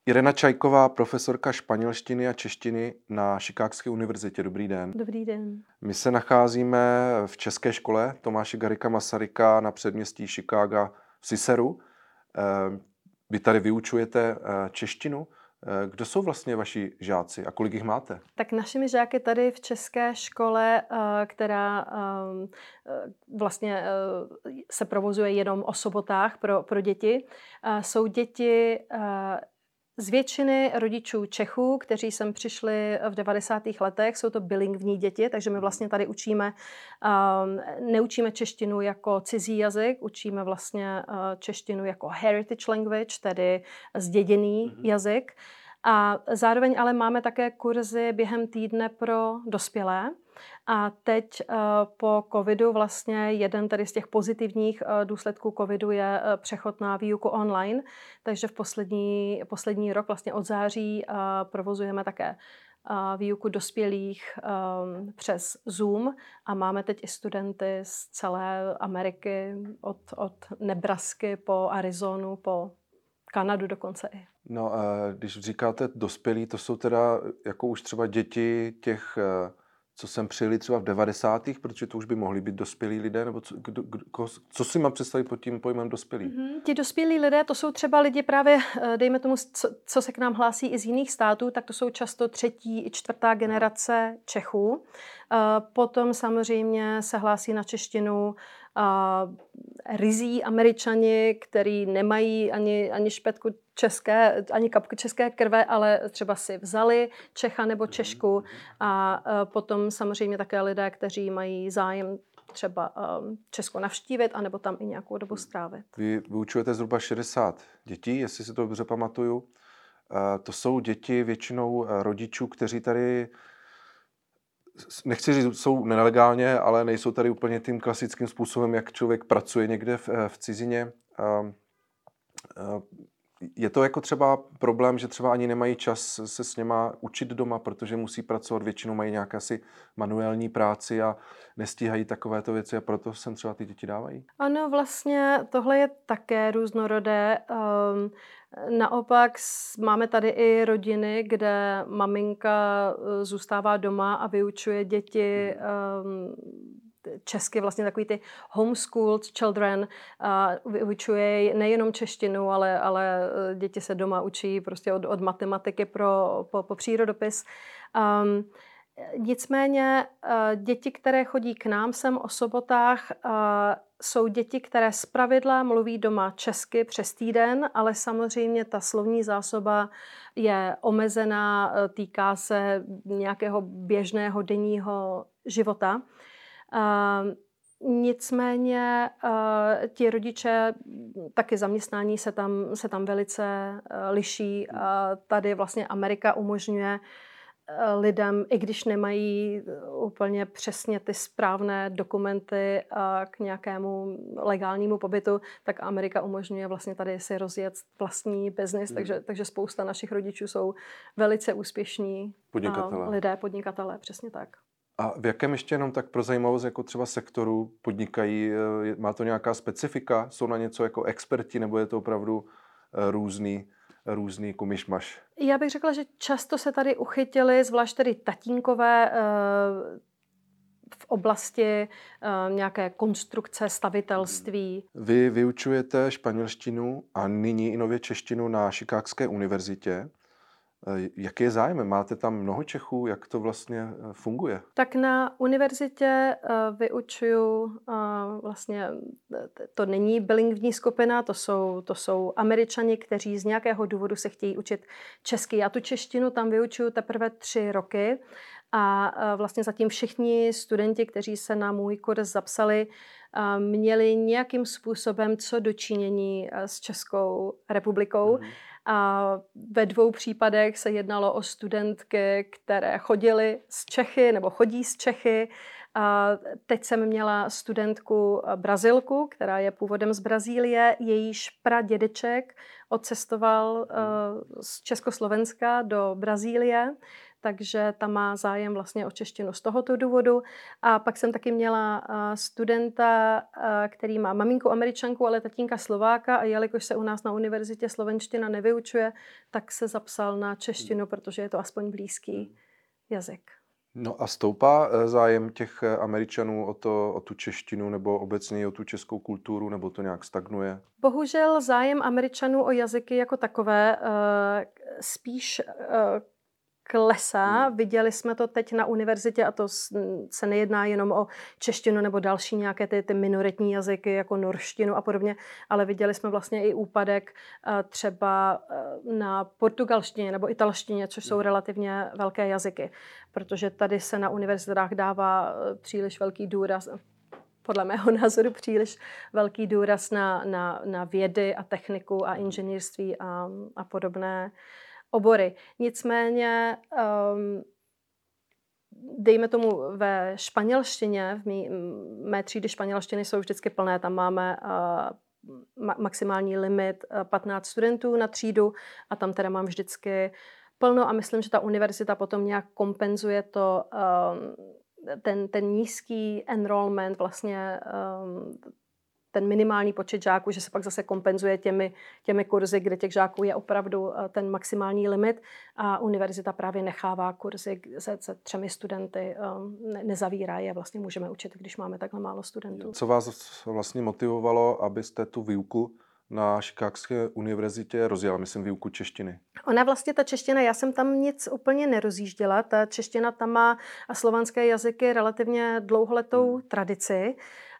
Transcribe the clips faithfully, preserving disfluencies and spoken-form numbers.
Irena Čajková, profesorka španělštiny a češtiny na Chicagské univerzitě. Dobrý den. Dobrý den. My se nacházíme v České škole Tomáše Garrigua Masaryka na předměstí Chicaga v Ciceru. Vy tady vyučujete češtinu. Kdo jsou vlastně vaši žáci a kolik jich máte? Tak našimi žáky tady v české škole, která vlastně se provozuje jenom o sobotách pro, pro děti, jsou děti z většiny rodičů Čechů, kteří sem přišli v devadesátých letech. Jsou to bilingvní děti, takže my vlastně tady učíme, neučíme češtinu jako cizí jazyk, učíme vlastně češtinu jako heritage language, tedy zděděný mm-hmm. jazyk. A zároveň ale máme také kurzy během týdne pro dospělé. A teď po covidu vlastně jeden tady z těch pozitivních důsledků covidu je přechod na výuku online. Takže v poslední, poslední rok vlastně od září provozujeme také výuku dospělých přes Zoom a máme teď i studenty z celé Ameriky, od, od Nebrasky po Arizonu, po Kanadu dokonce i. No, když říkáte dospělí, to jsou teda jako už třeba děti těch, co sem přijeli třeba v devadesátých, protože to už by mohli být dospělí lidé, nebo co, kdo, kdo, co si mám představit pod tím pojmem dospělí? Mm-hmm. Ti dospělí lidé, to jsou třeba lidi právě, dejme tomu, co, co se k nám hlásí i z jiných států, tak to jsou často třetí i čtvrtá generace Čechů. Potom samozřejmě se hlásí na češtinu ryzí Američani, který nemají ani, ani špetku české, ani kapku české krve, ale třeba si vzali Čecha nebo Češku. A potom samozřejmě také lidé, kteří mají zájem třeba Česko navštívit, anebo tam i nějakou dobu strávit. Vy vyučujete zhruba šedesát dětí, jestli si to dobře pamatuju. To jsou děti většinou rodičů, kteří tady, nechci říct, jsou nelegálně, ale nejsou tady úplně tím klasickým způsobem, jak člověk pracuje někde v, v cizině. Je to jako třeba problém, že třeba ani nemají čas se s něma učit doma, protože musí pracovat, většinou mají nějaké asi manuální práci a nestíhají takovéto věci a proto sem třeba ty děti dávají? Ano, vlastně tohle je také různorodé. Um, naopak máme tady i rodiny, kde maminka zůstává doma a vyučuje děti um, česky, vlastně takový ty homeschooled children, uh, vyučuje nejenom češtinu, ale, ale děti se doma učí prostě od, od matematiky pro, po, po přírodopis. Um, nicméně uh, děti, které chodí k nám sem o sobotách, uh, jsou děti, které zpravidla mluví doma česky přes týden, ale samozřejmě ta slovní zásoba je omezená, týká se nějakého běžného denního života. Uh, nicméně uh, ti rodiče, taky zaměstnání se tam, se tam velice uh, liší. Uh, tady vlastně Amerika umožňuje uh, lidem, i když nemají úplně přesně ty správné dokumenty uh, k nějakému legálnímu pobytu, tak Amerika umožňuje vlastně tady si rozjet vlastní biznis, mm. takže, takže spousta našich rodičů jsou velice úspěšní podnikatelé. Uh, lidé, podnikatelé, přesně tak. A v jakém ještě jenom tak pro zajímavost, jako třeba sektoru podnikají, má to nějaká specifika? Jsou na něco jako experti, nebo je to opravdu různý, různý kumišmaš? Já bych řekla, že často se tady uchytili, zvlášť tedy tatínkové v oblasti nějaké konstrukce, stavitelství. Vy vyučujete španělštinu a nyní i nově češtinu na Chicagské univerzitě. Jaký je zájem? Máte tam mnoho Čechů? Jak to vlastně funguje? Tak na univerzitě vyučuju vlastně, to není bilingvní skupina, to jsou, to jsou Američani, kteří z nějakého důvodu se chtějí učit česky. Já tu češtinu tam vyučuju teprve tři roky a vlastně zatím všichni studenti, kteří se na můj kurz zapsali, měli nějakým způsobem co dočinění s Českou republikou. Mm. A ve dvou případech se jednalo o studentky, které chodily z Čechy nebo chodí z Čechy. A teď jsem měla studentku Brazilku, která je původem z Brazílie. Jejíž pradědeček odcestoval z Československa do Brazílie. takže ta má zájem vlastně o češtinu z tohoto důvodu. A pak jsem taky měla studenta, který má maminku Američanku, ale tatínka Slováka a jelikož se u nás na univerzitě slovenština nevyučuje, tak se zapsal na češtinu, protože je to aspoň blízký jazyk. No a stoupá zájem těch Američanů o, to, o tu češtinu nebo obecně o tu českou kulturu, nebo to nějak stagnuje? Bohužel zájem Američanů o jazyky jako takové spíš klesá. Hmm. Viděli jsme to teď na univerzitě a to se nejedná jenom o češtinu nebo další nějaké ty, ty minoritní jazyky jako norštinu a podobně, ale viděli jsme vlastně i úpadek třeba na portugalštině nebo italštině, což jsou relativně velké jazyky, protože tady se na univerzitách dává příliš velký důraz, podle mého názoru příliš velký důraz na, na, na vědy a techniku a inženýrství a, a podobné obory. Nicméně, um, dejme tomu ve španělštině, v mý, mé třídy španělštiny jsou vždycky plné, tam máme uh, ma- maximální limit uh, patnáct studentů na třídu a tam teda mám vždycky plno a myslím, že ta univerzita potom nějak kompenzuje to, um, ten, ten nízký enrollment, vlastně um, ten minimální počet žáků, že se pak zase kompenzuje těmi, těmi kurzy, kde těch žáků je opravdu ten maximální limit a univerzita právě nechává kurzy se, se třemi studenty, ne, nezavírá je, vlastně můžeme učit, když máme takhle málo studentů. Co vás vlastně motivovalo, abyste tu výuku na Chicagské univerzitě rozjela, myslím výuku češtiny? Ona vlastně, ta čeština, já jsem tam nic úplně nerozjížděla, ta čeština tam má a slovanské jazyky relativně dlouholetou hmm. tradici.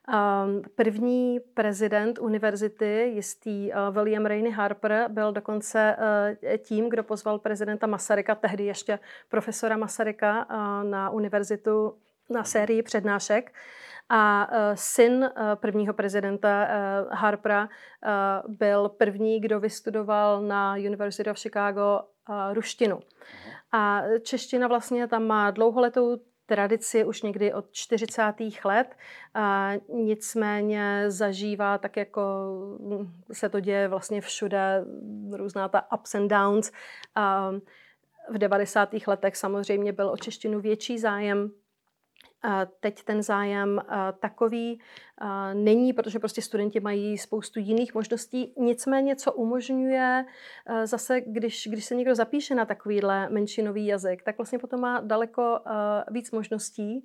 První prezident univerzity, jistý William Rainey Harper, byl dokonce tím, kdo pozval prezidenta Masaryka, tehdy ještě profesora Masaryka, na univerzitu na sérii přednášek. A syn prvního prezidenta Harpera byl první, kdo vystudoval na University of Chicago ruštinu. A čeština vlastně tam má dlouholetou tradici už někdy od čtyřicátých let. A nicméně zažívá, tak jako se to děje vlastně všude, různá ta ups and downs. A v devadesátých letech samozřejmě byl o češtinu větší zájem. A teď ten zájem takový není, protože prostě studenti mají spoustu jiných možností. Nicméně, co umožňuje zase, když, když se někdo zapíše na takovýhle menšinový jazyk, tak vlastně potom má daleko víc možností,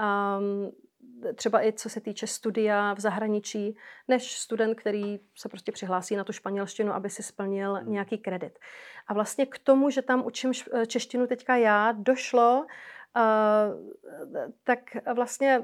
třeba i co se týče studia v zahraničí, než student, který se prostě přihlásí na tu španělštinu, aby si splnil nějaký kredit. A vlastně k tomu, že tam učím češtinu teďka já, došlo Uh, tak vlastně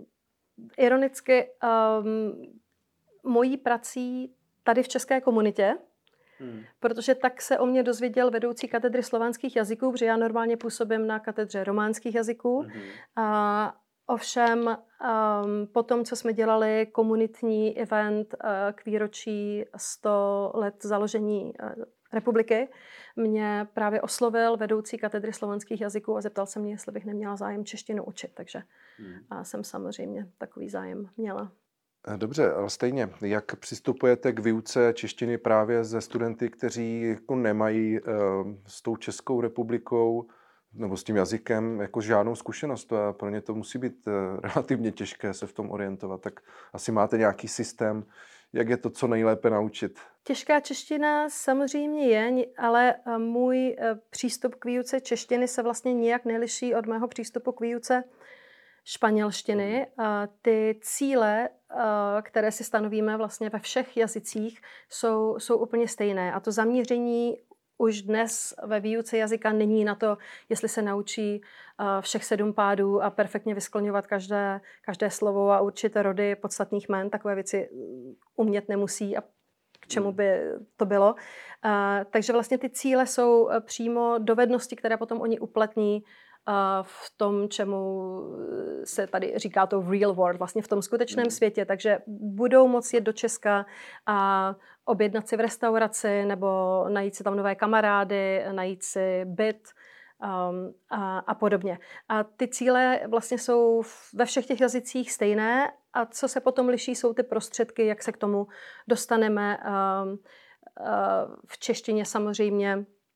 ironicky um, mojí prací tady v české komunitě, hmm. protože tak se o mě dozvěděl vedoucí katedry slovanských jazyků, protože já normálně působím na katedře románských jazyků. Hmm. Uh, ovšem um, po tom, co jsme dělali komunitní event uh, k výročí sto let založení uh, republiky, mě právě oslovil vedoucí katedry slovanských jazyků a zeptal se mě, jestli bych neměla zájem češtinu učit, takže hmm. jsem samozřejmě takový zájem měla. Dobře, ale stejně, jak přistupujete k výuce češtiny právě ze studenty, kteří jako nemají uh, s tou Českou republikou nebo s tím jazykem jako žádnou zkušenost a pro ně to musí být uh, relativně těžké se v tom orientovat, tak asi máte nějaký systém, jak je to co nejlépe naučit? Těžká čeština samozřejmě je, ale můj přístup k výuce češtiny se vlastně nijak neliší od mého přístupu k výuce španělštiny. Ty cíle, které si stanovíme vlastně ve všech jazycích, jsou, jsou úplně stejné. A to zaměření už dnes ve výuce jazyka není na to, jestli se naučí všech sedm pádů a perfektně vyskloňovat každé, každé slovo a určité rody podstatných jmen. Takové věci umět nemusí a k čemu by to bylo. Takže vlastně ty cíle jsou přímo dovednosti, které potom oni uplatní v tom, čemu se tady říká to real world, vlastně v tom skutečném mm. světě. Takže budou moci jet do Česka a objednat si v restauraci nebo najít si tam nové kamarády, najít si byt um, a, a podobně. A ty cíle vlastně jsou ve všech těch jazycích stejné a co se potom liší, jsou ty prostředky, jak se k tomu dostaneme. Um, uh, v češtině samozřejmě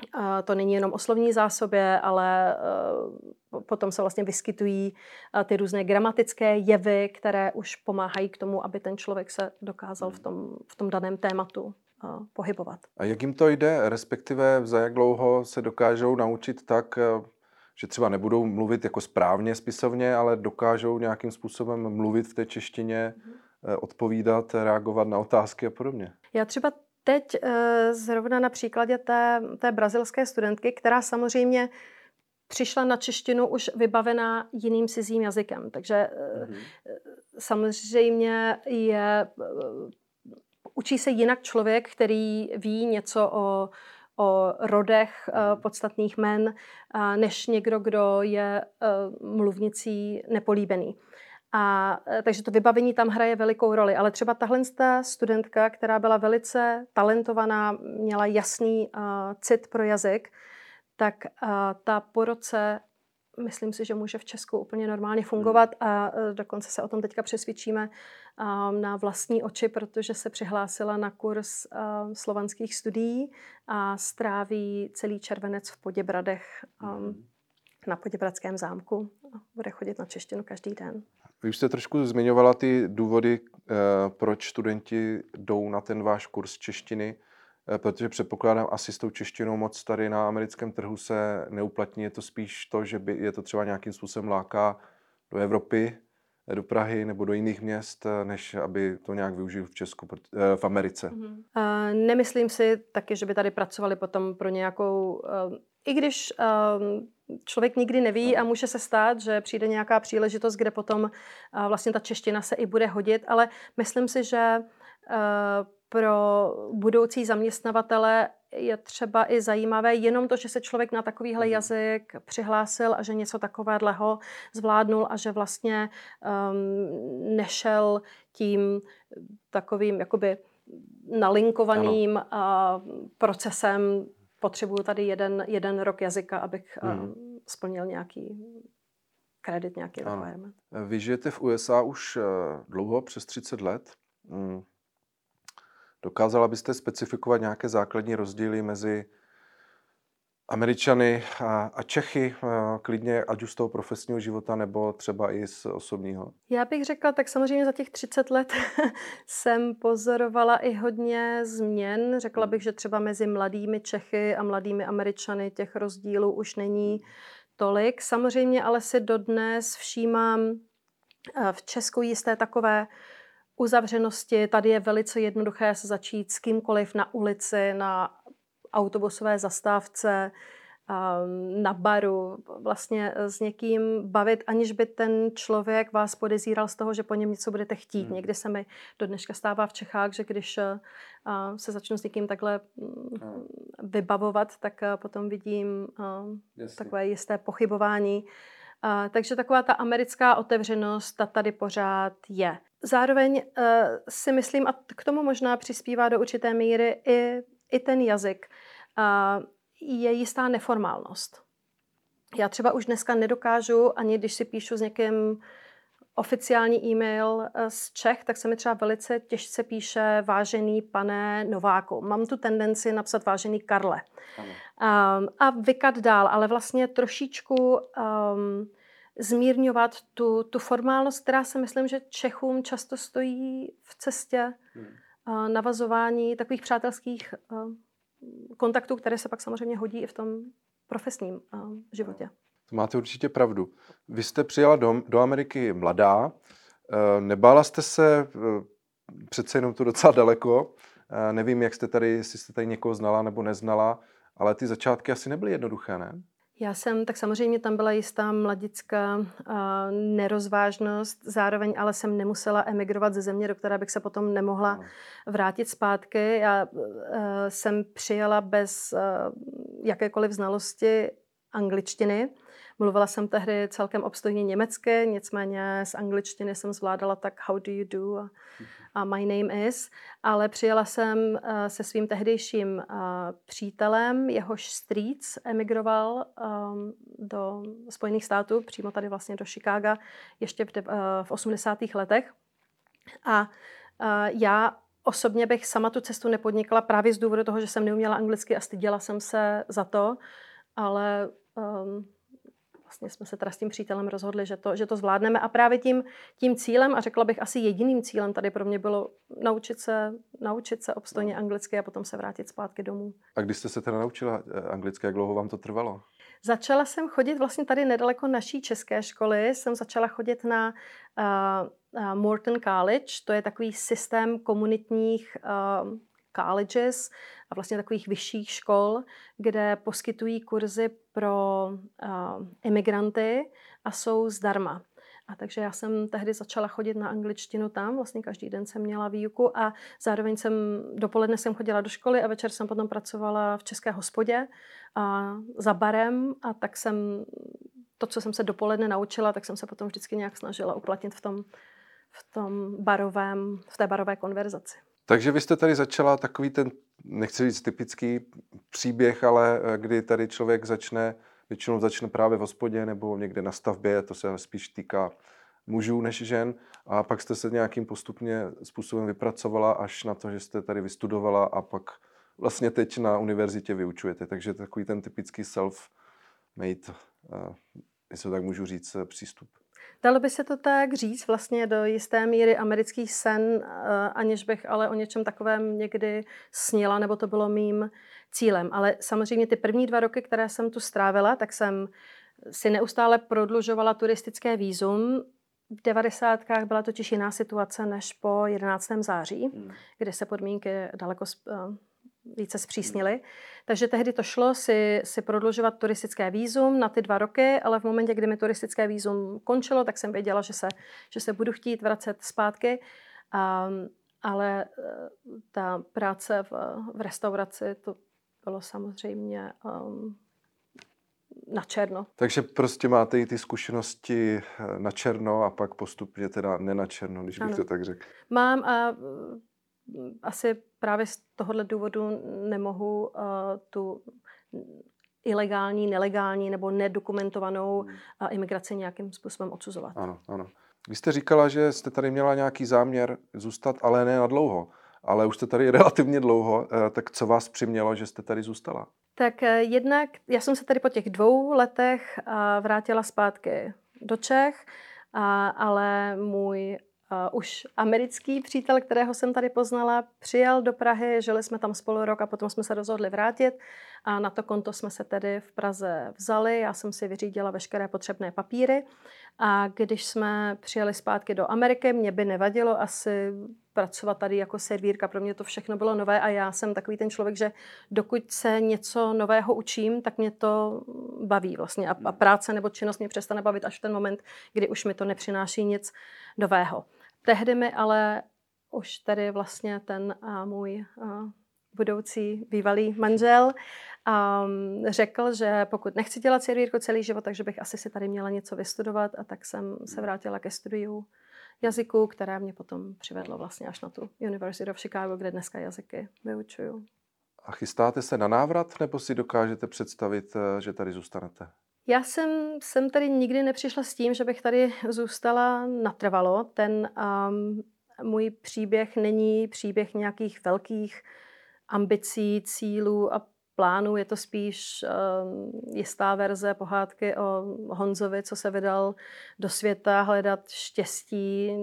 To není jenom o slovní zásobě, ale potom se vlastně vyskytují ty různé gramatické jevy, které už pomáhají k tomu, aby ten člověk se dokázal v tom, v tom daném tématu pohybovat. A jak jim to jde, respektive za jak dlouho se dokážou naučit tak, že třeba nebudou mluvit jako správně spisovně, ale dokážou nějakým způsobem mluvit v té češtině, mm. odpovídat, reagovat na otázky a podobně? Já třeba teď zrovna na příkladě té, té brazilské studentky, která samozřejmě přišla na češtinu už vybavená jiným cizím jazykem. Takže mm. samozřejmě je, učí se jinak člověk, který ví něco o, o rodech podstatných jmen, než někdo, kdo je mluvnicí nepolíbený. A takže to vybavení tam hraje velikou roli. Ale třeba tahle studentka, která byla velice talentovaná, měla jasný uh, cit pro jazyk, tak uh, ta po roce, myslím si, že může v Česku úplně normálně fungovat a uh, dokonce se o tom teďka přesvědčíme uh, na vlastní oči, protože se přihlásila na kurz uh, slovanských studií a stráví celý červenec v Poděbradech um, na Poděbradském zámku. Bude chodit na češtinu každý den. Vy už jste trošku zmiňovala ty důvody, proč studenti jdou na ten váš kurz češtiny, protože předpokládám, asi s tou češtinou moc tady na americkém trhu se neuplatní. Je to spíš to, že by je to třeba nějakým způsobem láká do Evropy, do Prahy nebo do jiných měst, než aby to nějak využil v Česku, v Americe. Mm. Uh, nemyslím si taky, že by tady pracovali potom pro nějakou... Uh, I když uh, člověk nikdy neví a může se stát, že přijde nějaká příležitost, kde potom uh, vlastně ta čeština se i bude hodit, ale myslím si, že uh, pro budoucí zaměstnavatele je třeba i zajímavé jenom to, že se člověk na takovýhle jazyk přihlásil a že něco takového zvládnul a že vlastně um, nešel tím takovým jakoby nalinkovaným uh, procesem. Potřebuju tady jeden, jeden rok jazyka, abych uh, mm. splnil nějaký kredit, nějaký requirement. Vy žijete v U S A už uh, dlouho, přes třicet let. Mm. Dokázala byste specifikovat nějaké základní rozdíly mezi Američany a, a Čechy, a klidně ať už z toho profesního života nebo třeba i z osobního? Já bych řekla, tak samozřejmě za těch třicet let jsem pozorovala i hodně změn. Řekla bych, že třeba mezi mladými Čechy a mladými Američany těch rozdílů už není tolik. Samozřejmě ale si dodnes všímám v Česku jisté takové uzavřenosti. Tady je velice jednoduché se začít s kýmkoliv na ulici, na autobusové zastávce, na baru, vlastně s někým bavit, aniž by ten člověk vás podezíral z toho, že po něm něco budete chtít. Hmm. Někdy se mi do dneška stává v Čechách, že když se začnu s někým takhle hmm. vybavovat, tak potom vidím Jasně. takové jisté pochybování. Uh, takže taková ta americká otevřenost, ta tady pořád je. Zároveň uh, si myslím, a k tomu možná přispívá do určité míry i, i ten jazyk, uh, je jistá neformálnost. Já třeba už dneska nedokážu, ani když si píšu s někým oficiální e-mail z Čech, tak se mi třeba velice těžce píše vážený pane Nováku. Mám tu tendenci napsat vážený Karle. Um, a vykat dál, ale vlastně trošičku um, zmírňovat tu, tu formálnost, která si myslím, že Čechům často stojí v cestě hmm. uh, navazování takových přátelských uh, kontaktů, které se pak samozřejmě hodí i v tom profesním uh, životě. To máte určitě pravdu. Vy jste přijela do, do Ameriky mladá. Nebála jste se, přece jenom to docela daleko. Nevím, jak jste tady, jestli jste tady někoho znala nebo neznala, ale ty začátky asi nebyly jednoduché, ne? Já jsem, tak samozřejmě tam byla jistá mladická uh, nerozvážnost, zároveň ale jsem nemusela emigrovat ze země, do které bych se potom nemohla no. vrátit zpátky. Já uh, jsem přijela bez uh, jakékoliv znalosti angličtiny. Mluvila jsem tehdy celkem obstojně německy, nicméně z angličtiny jsem zvládala tak how do you do a, a my name is, ale přijela jsem uh, se svým tehdejším uh, přítelem, jehož strýc emigroval um, do Spojených států, přímo tady vlastně do Chicaga, ještě v, de, uh, v osmdesátých letech. A uh, já osobně bych sama tu cestu nepodnikla právě z důvodu toho, že jsem neuměla anglicky a styděla jsem se za to, ale um, vlastně jsme se teda s tím přítelem rozhodli, že to, že to zvládneme a právě tím, tím cílem a řekla bych asi jediným cílem tady pro mě bylo naučit se, naučit se obstojně anglicky a potom se vrátit zpátky domů. A když jste se teda naučila anglicky, jak dlouho vám to trvalo? Začala jsem chodit vlastně tady nedaleko naší české školy, jsem začala chodit na uh, uh, Morton College, to je takový systém komunitních uh, colleges a vlastně takových vyšších škol, kde poskytují kurzy pro uh, imigranty a jsou zdarma. A takže já jsem tehdy začala chodit na angličtinu tam, vlastně každý den jsem měla výuku a zároveň jsem, dopoledne jsem chodila do školy a večer jsem potom pracovala v české hospodě a za barem a tak jsem, to, co jsem se dopoledne naučila, tak jsem se potom vždycky nějak snažila uplatnit v tom, v tom barovém, v té barové konverzaci. Takže vy jste tady začala takový ten, nechci říct typický příběh, ale kdy tady člověk začne, většinou začne právě v hospodě nebo někde na stavbě, to se spíš týká mužů než žen, a pak jste se nějakým postupně způsobem vypracovala až na to, že jste tady vystudovala a pak vlastně teď na univerzitě vyučujete. Takže takový ten typický self-made, jestli tak můžu říct, přístup. Dalo by se to tak říct, vlastně do jisté míry americký sen, aniž bych ale o něčem takovém někdy snila, nebo to bylo mým cílem. Ale samozřejmě ty první dva roky, které jsem tu strávila, tak jsem si neustále prodlužovala turistické vízum. V devadesátkách byla totiž jiná situace než po jedenáctého září, hmm. kdy se podmínky daleko více zpřísnily. Takže tehdy to šlo si, si prodlužovat turistické vízum na ty dva roky, ale v momentě, kdy mi turistické vízum končilo, tak jsem věděla, že se, že se budu chtít vracet zpátky. Um, ale ta práce v, v restauraci, to bylo samozřejmě um, na černo. Takže prostě máte i ty zkušenosti na černo a pak postupně teda ne na černo, když bych ano. to tak řekl. Mám a asi právě z tohohle důvodu nemohu uh, tu ilegální, nelegální nebo nedokumentovanou hmm. uh, imigraci nějakým způsobem odsuzovat. Ano, ano. Vy jste říkala, že jste tady měla nějaký záměr zůstat, ale ne na dlouho. Ale už jste tady relativně dlouho, uh, tak co vás přimělo, že jste tady zůstala? Tak uh, jednak, já jsem se tady po těch dvou letech uh, vrátila zpátky do Čech, uh, ale můj Uh, už americký přítel, kterého jsem tady poznala, přijel do Prahy, žili jsme tam spolu rok a potom jsme se rozhodli vrátit. A na to konto jsme se tedy v Praze vzali. Já jsem si vyřídila veškeré potřebné papíry. A když jsme přijeli zpátky do Ameriky, mě by nevadilo asi pracovat tady jako servírka. Pro mě to všechno bylo nové a já jsem takový ten člověk, že dokud se něco nového učím, tak mě to baví vlastně. A, a práce nebo činnost mě přestane bavit až v ten moment, kdy už mi to nepřináší nic nového. Tehdy mi ale už tady vlastně ten a, můj a, budoucí bývalý manžel um, řekl, že pokud nechci dělat servírku celý život, takže bych asi si tady měla něco vystudovat a tak jsem se vrátila ke studiu jazyků, které mě potom přivedlo vlastně až na tu University of Chicago, kde dneska jazyky vyučuju. A chystáte se na návrat, nebo si dokážete představit, že tady zůstanete? Já jsem, jsem tady nikdy nepřišla s tím, že bych tady zůstala natrvalo. Ten um, můj příběh není příběh nějakých velkých ambicí, cílů a plánů. Je to spíš um, jistá verze pohádky o Honzovi, co se vydal do světa hledat štěstí,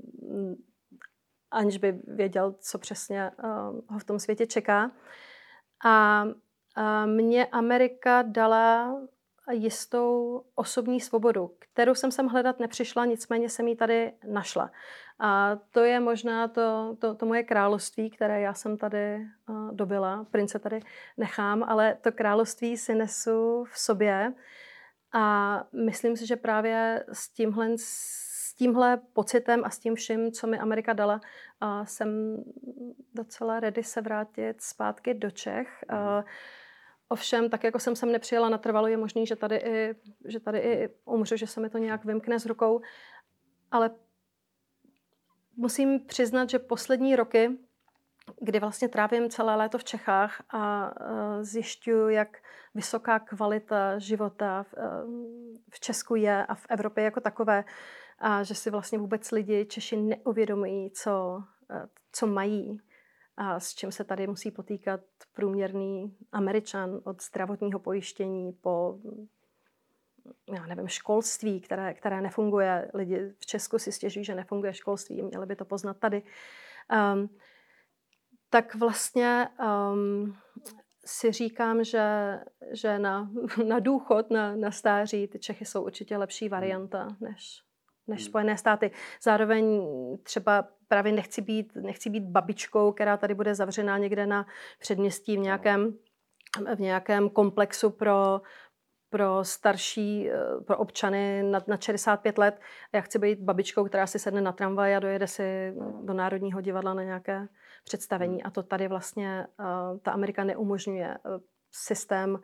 aniž by věděl, co přesně um, ho v tom světě čeká. A, a mě Amerika dala jistou osobní svobodu, kterou jsem sem hledat nepřišla, nicméně jsem ji tady našla. A to je možná to, to, to moje království, které já jsem tady uh, dobyla. Prince tady nechám, ale to království si nesu v sobě. A myslím si, že právě s tímhle, s tímhle pocitem a s tím vším, co mi Amerika dala, uh, jsem docela ready se vrátit zpátky do Čech. Uh, Ovšem, tak jako jsem sem nepřijela natrvalo, je možný, že tady, i, že tady i umřu, že se mi to nějak vymkne z rukou. Ale musím přiznat, že poslední roky, kdy vlastně trávím celé léto v Čechách a zjišťuju, jak vysoká kvalita života v Česku je a v Evropě jako takové, a že si vlastně vůbec lidi Češi neuvědomují, co, co mají, a s čím se tady musí potýkat průměrný Američan od zdravotního pojištění po, já nevím, školství, které, které nefunguje. Lidi v Česku si stěžují, že nefunguje školství, měli by to poznat tady. Um, tak vlastně um, si říkám, že, že na, na důchod, na, na stáří, ty Čechy jsou určitě lepší varianta než, než Spojené státy. Zároveň třeba právě nechci být, nechci být babičkou, která tady bude zavřená někde na předměstí v nějakém, v nějakém komplexu pro, pro starší, pro občany nad, nad šedesát pět let. Já chci být babičkou, která si sedne na tramvaj a dojede si do Národního divadla na nějaké představení. A to tady vlastně uh, ta Amerika neumožňuje. Uh, systém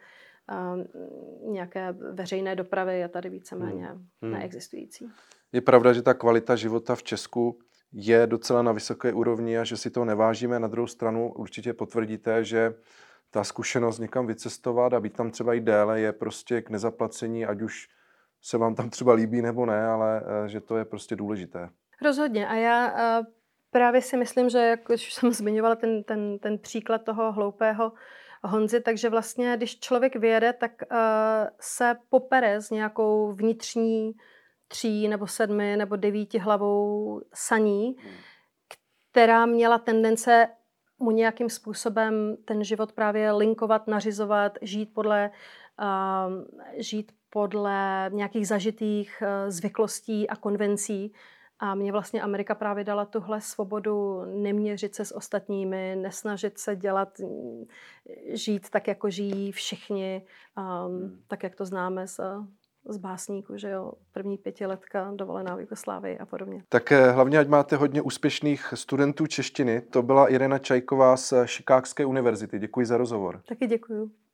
uh, nějaké veřejné dopravy je tady víceméně hmm. neexistující. Je pravda, že ta kvalita života v Česku je docela na vysoké úrovni a že si to nevážíme. Na druhou stranu určitě potvrdíte, že ta zkušenost někam vycestovat a být tam třeba i déle je prostě k nezaplacení, ať už se vám tam třeba líbí nebo ne, ale že to je prostě důležité. Rozhodně. A já uh, právě si myslím, že jak už jsem zmiňovala ten, ten, ten příklad toho hloupého Honzy, takže vlastně, když člověk vyjede, tak uh, se popere s nějakou vnitřní tří nebo sedmi nebo devíti hlavou saní, která měla tendence mu nějakým způsobem ten život právě linkovat, nařizovat, žít podle, uh, žít podle nějakých zažitých uh, zvyklostí a konvencí. A mě vlastně Amerika právě dala tuhle svobodu neměřit se s ostatními, nesnažit se dělat, žít tak, jako žijí všichni, um, tak, jak to známe z, z básníků, že jo, první pětiletka, dovolená v Jugoslávii a podobně. Tak hlavně, ať máte hodně úspěšných studentů češtiny. To byla Irena Čajková z Chicagské univerzity. Děkuji za rozhovor. Taky děkuju.